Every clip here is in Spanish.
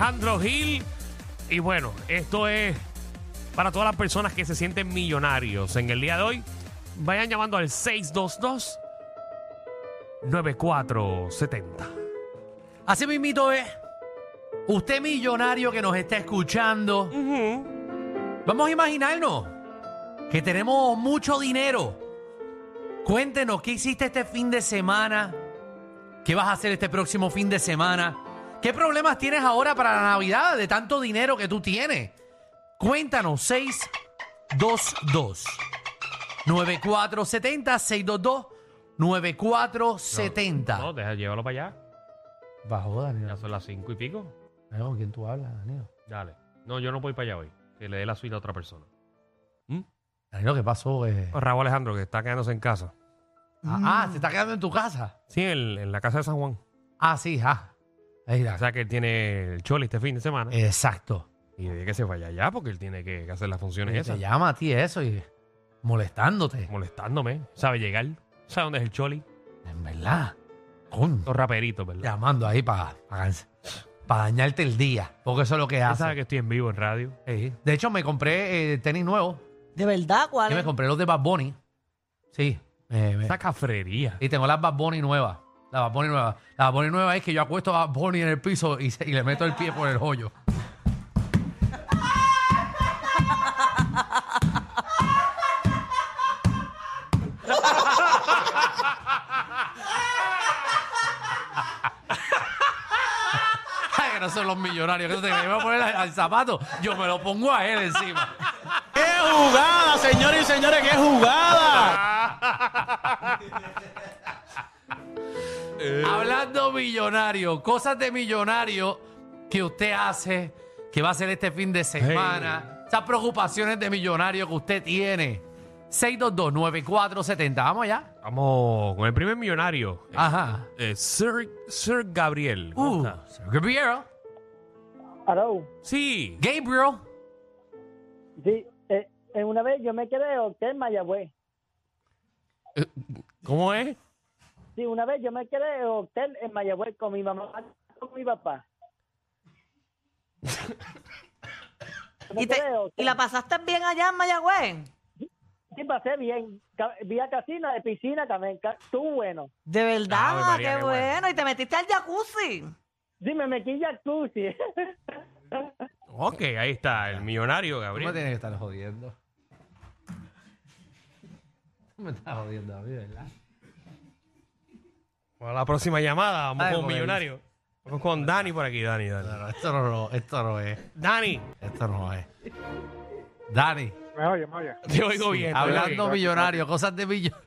Alejandro Gil. Y bueno, esto es para todas las personas que se sienten millonarios. En el día de hoy, vayan llamando al 622-9470. Así mismito es. Usted millonario que nos está escuchando. Vamos a imaginarnos que tenemos mucho dinero. Cuéntenos qué hiciste este fin de semana. ¿Qué vas a hacer este próximo fin de semana? ¿Qué problemas tienes ahora para la Navidad de tanto dinero que tú tienes? Cuéntanos, 622-9470, 622-9470. No, deja, llévalo para allá. Bajo, Ya Danilo. son las 5 y pico. ¿Con quién tú hablas, Danilo? Dale. No, yo no voy para allá hoy. Que le dé la suite a otra persona. Danilo, ¿qué pasó? Raúl Alejandro, que está quedándose en casa. ¿se está quedando en tu casa? Sí, en la casa de San Juan. Sí, Ahí O sea que él tiene el choli este fin de semana. Exacto. Y de que se vaya allá porque él tiene que hacer las funciones Te esas. llama a ti eso y molestándote. Molestándome. ¿Sabe llegar? ¿Sabe dónde es el choli? En verdad. Con Los raperitos, ¿verdad? llamando ahí para dañarte el día. Porque eso es lo que Él hace. sabe que estoy en vivo en radio. Sí. De hecho, me compré tenis nuevos. ¿De verdad? ¿Cuál Sí, me es? compré los de Bad Bunny. Sí. Esa cafrería. Y tengo las Bad Bunny nuevas. La Bad Bunny nueva. La Bad Bunny nueva es que yo acuesto a Bad Bunny en el piso y le meto el pie por el hoyo. Ay, que no son los millonarios. Que me voy a poner al zapato. Yo me lo pongo a él encima. ¡Qué jugada, señores y señores! ¡Qué jugada! Hablando millonario, cosas de millonario que usted hace, que va a hacer este fin de semana, esas preocupaciones de millonario que usted tiene. 622-9470. Vamos allá. Vamos con el primer millonario. Ajá. Sir Gabriel. ¿Cómo está? Gabriel. Hello. Sí. Gabriel. Sí, una vez yo me quedé en hotel Mayagüez. ¿Cómo es? Sí, una vez yo me quedé en hotel en Mayagüez con mi mamá y con mi papá. ¿Y, ¿Y la pasaste bien allá en Mayagüez? Sí, pasé bien. Vía casino, de piscina, también. Estuvo bueno. De verdad, Ave María, qué qué bueno. bueno. Y te metiste al jacuzzi. Sí, me metí jacuzzi. Ok, ahí está, el millonario Tú me Gabriel. tienes que estar jodiendo. Tú me estás jodiendo a mí, ¿verdad? Bueno, la próxima llamada, vamos Ay, con un pues. millonario. Vamos con Dani por aquí, Dani. No, esto no es. Dani, Esto no es. Dani, Me oye. te oigo bien. te oigo hablando bien. millonario, cosas de millonario.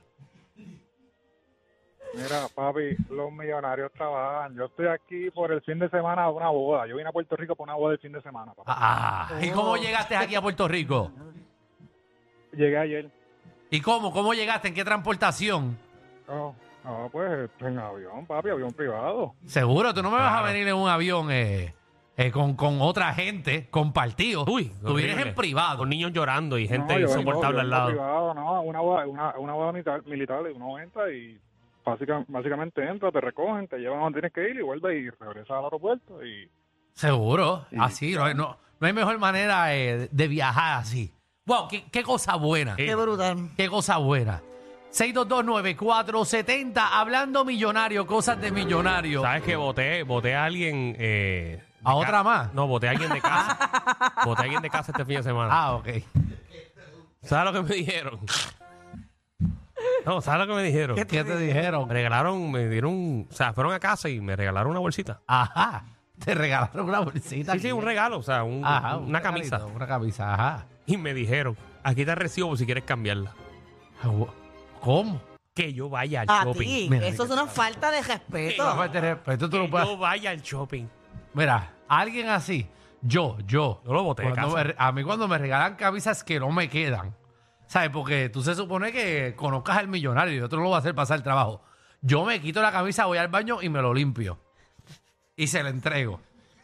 Mira, papi, los millonarios trabajan. Yo estoy aquí por el fin de semana a una boda. Yo vine a Puerto Rico por una boda el fin de semana, papá. ¿Y cómo llegaste aquí a Puerto Rico? Llegué ayer. ¿Y cómo? ¿Cómo llegaste? ¿En qué transportación? No, pues en avión, papi, avión privado. Seguro, tú no me vas a Claro. venir en un avión con otra gente, compartido. Uy, tú vienes horrible. en privado. Con niños llorando y gente No, yo vengo- insoportable yo al vengo lado. privado, no, una boda militar, y uno entra y básicamente entra, te recogen, te llevan a donde tienes que ir y vuelves y regresas al aeropuerto y... Seguro, Sí, así. No hay mejor manera de viajar así. Wow, qué cosa buena. Sí. Qué brutal. Qué cosa buena. 6229470, hablando millonario, cosas de millonario. ¿Sabes que voté a alguien? de ¿A otra más? No, voté a alguien de casa. Voté a alguien de casa este fin de semana. Ok. ¿Sabes lo que me dijeron? No, ¿sabes lo que me dijeron? ¿Qué te dijeron? Me dieron, o sea, fueron a casa y me regalaron una bolsita. Ajá. Te regalaron una bolsita. Sí, un regalo, o sea, Ajá, una camisa. regalito, una camisa, ajá. Y me dijeron, aquí te recibo por si quieres cambiarla. ¿Cómo? Que yo vaya al A shopping. ti. Mira, Eso es una falta de respeto. No, falta de respeto, tú no Que puedes- yo vaya al shopping. Mira, alguien así, yo. Yo lo boté de cuando casa. a mí cuando me regalan camisas que no me quedan, ¿sabes? Porque tú se supone que conozcas al millonario y otro lo va a hacer pasar el trabajo. Yo me quito la camisa, voy al baño y me lo limpio. Y se la entrego.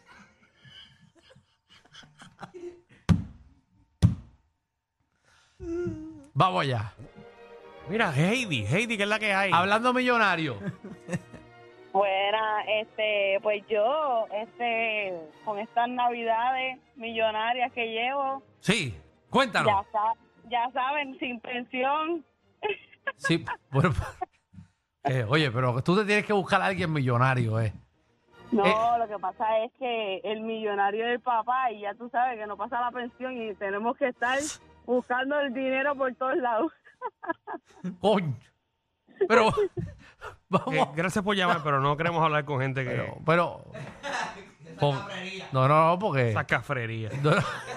Vamos allá. Mira, Heidi, que es la que hay. Hablando millonario. Buena, pues yo, con estas navidades millonarias que llevo, Sí, cuéntanos. ya saben, sin pensión. Sí, bueno, oye, pero tú te tienes que buscar a alguien millonario, No, lo que pasa es que el millonario es el papá y ya tú sabes que no pasa la pensión y tenemos que estar buscando el dinero por todos lados. Coño. Pero, vamos. Gracias por llamar, pero no queremos hablar con gente que... Pero. No, porque. Esa cafrería. No.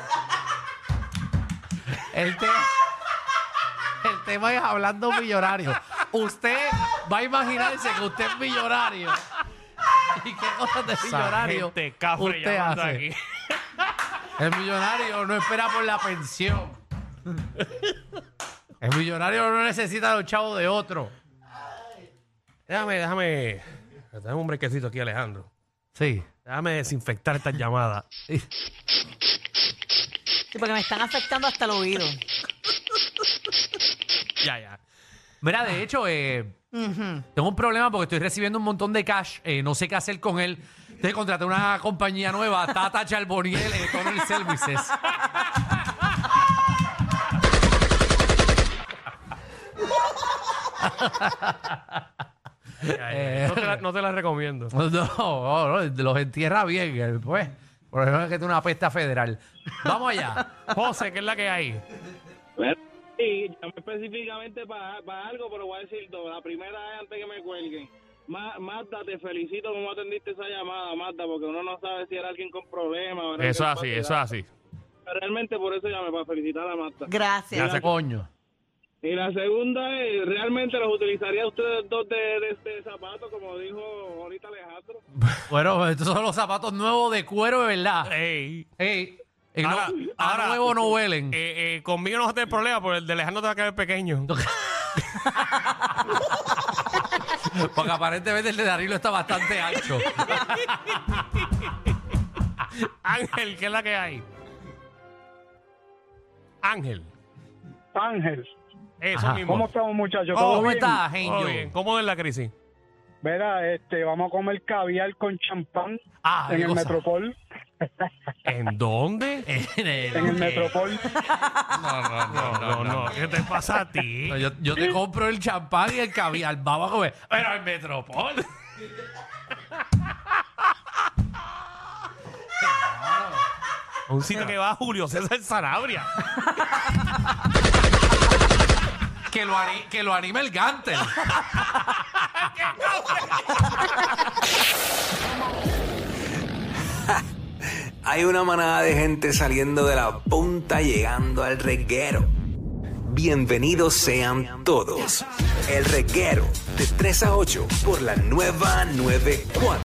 El tema es hablando millonario. Usted va a imaginarse que usted es millonario. ¿Y qué cosas de Esa millonario gente cafre usted llamando hace? aquí. El millonario no espera por la pensión. El millonario no necesita los chavos de otro. Déjame un brequecito aquí, Alejandro. Sí. Déjame desinfectar estas llamadas. Sí, porque me están afectando hasta el oído. Ya. Mira, de hecho, tengo un problema porque estoy recibiendo un montón de cash. No sé qué hacer con él. Entonces contraté una compañía nueva, Tata Charboniel Tunnel Services. No te la recomiendo. No, los entierra bien, pues. Por ejemplo, es que tiene una pesta federal. Vamos allá. José, ¿qué es la que hay? Sí, llamé específicamente para algo, pero voy a decir dos. La primera es antes que me cuelguen. Magda, te felicito como atendiste esa llamada, Magda, porque uno no sabe si era alguien con problemas. Eso es así. Realmente por eso llamé, para felicitar a Magda. Gracias. Gracias, coño. Y la segunda es, ¿realmente los utilizaría ustedes dos de zapatos, como dijo ahorita Alejandro? Bueno, estos son los zapatos nuevos de cuero, de verdad. Ey. Ahora nuevos no huelen. Conmigo no vas a tener problema, porque el de Alejandro te va a quedar pequeño. Porque aparentemente el de Danilo está bastante ancho. Ángel, ¿qué es la que hay? Ángel. Eso Ajá. mismo. ¿Cómo estamos, muchachos? ¿Todo ¿Cómo bien? estás, Todo Angel? bien. ¿Cómo es la crisis? Mira, vamos a comer caviar con champán Ah, en qué el cosa. Metropol. ¿En dónde? En En el Metropol. No. ¿Qué te pasa a ti? No, yo te compro el champán y el caviar. Vamos a comer. Pero el Metropol. Un sitio que va a Julio César Sanabria. Que lo anime el Gantel. Hay una manada de gente saliendo de la punta llegando al reguero. Bienvenidos sean todos. El reguero de 3 a 8 por la nueva 94.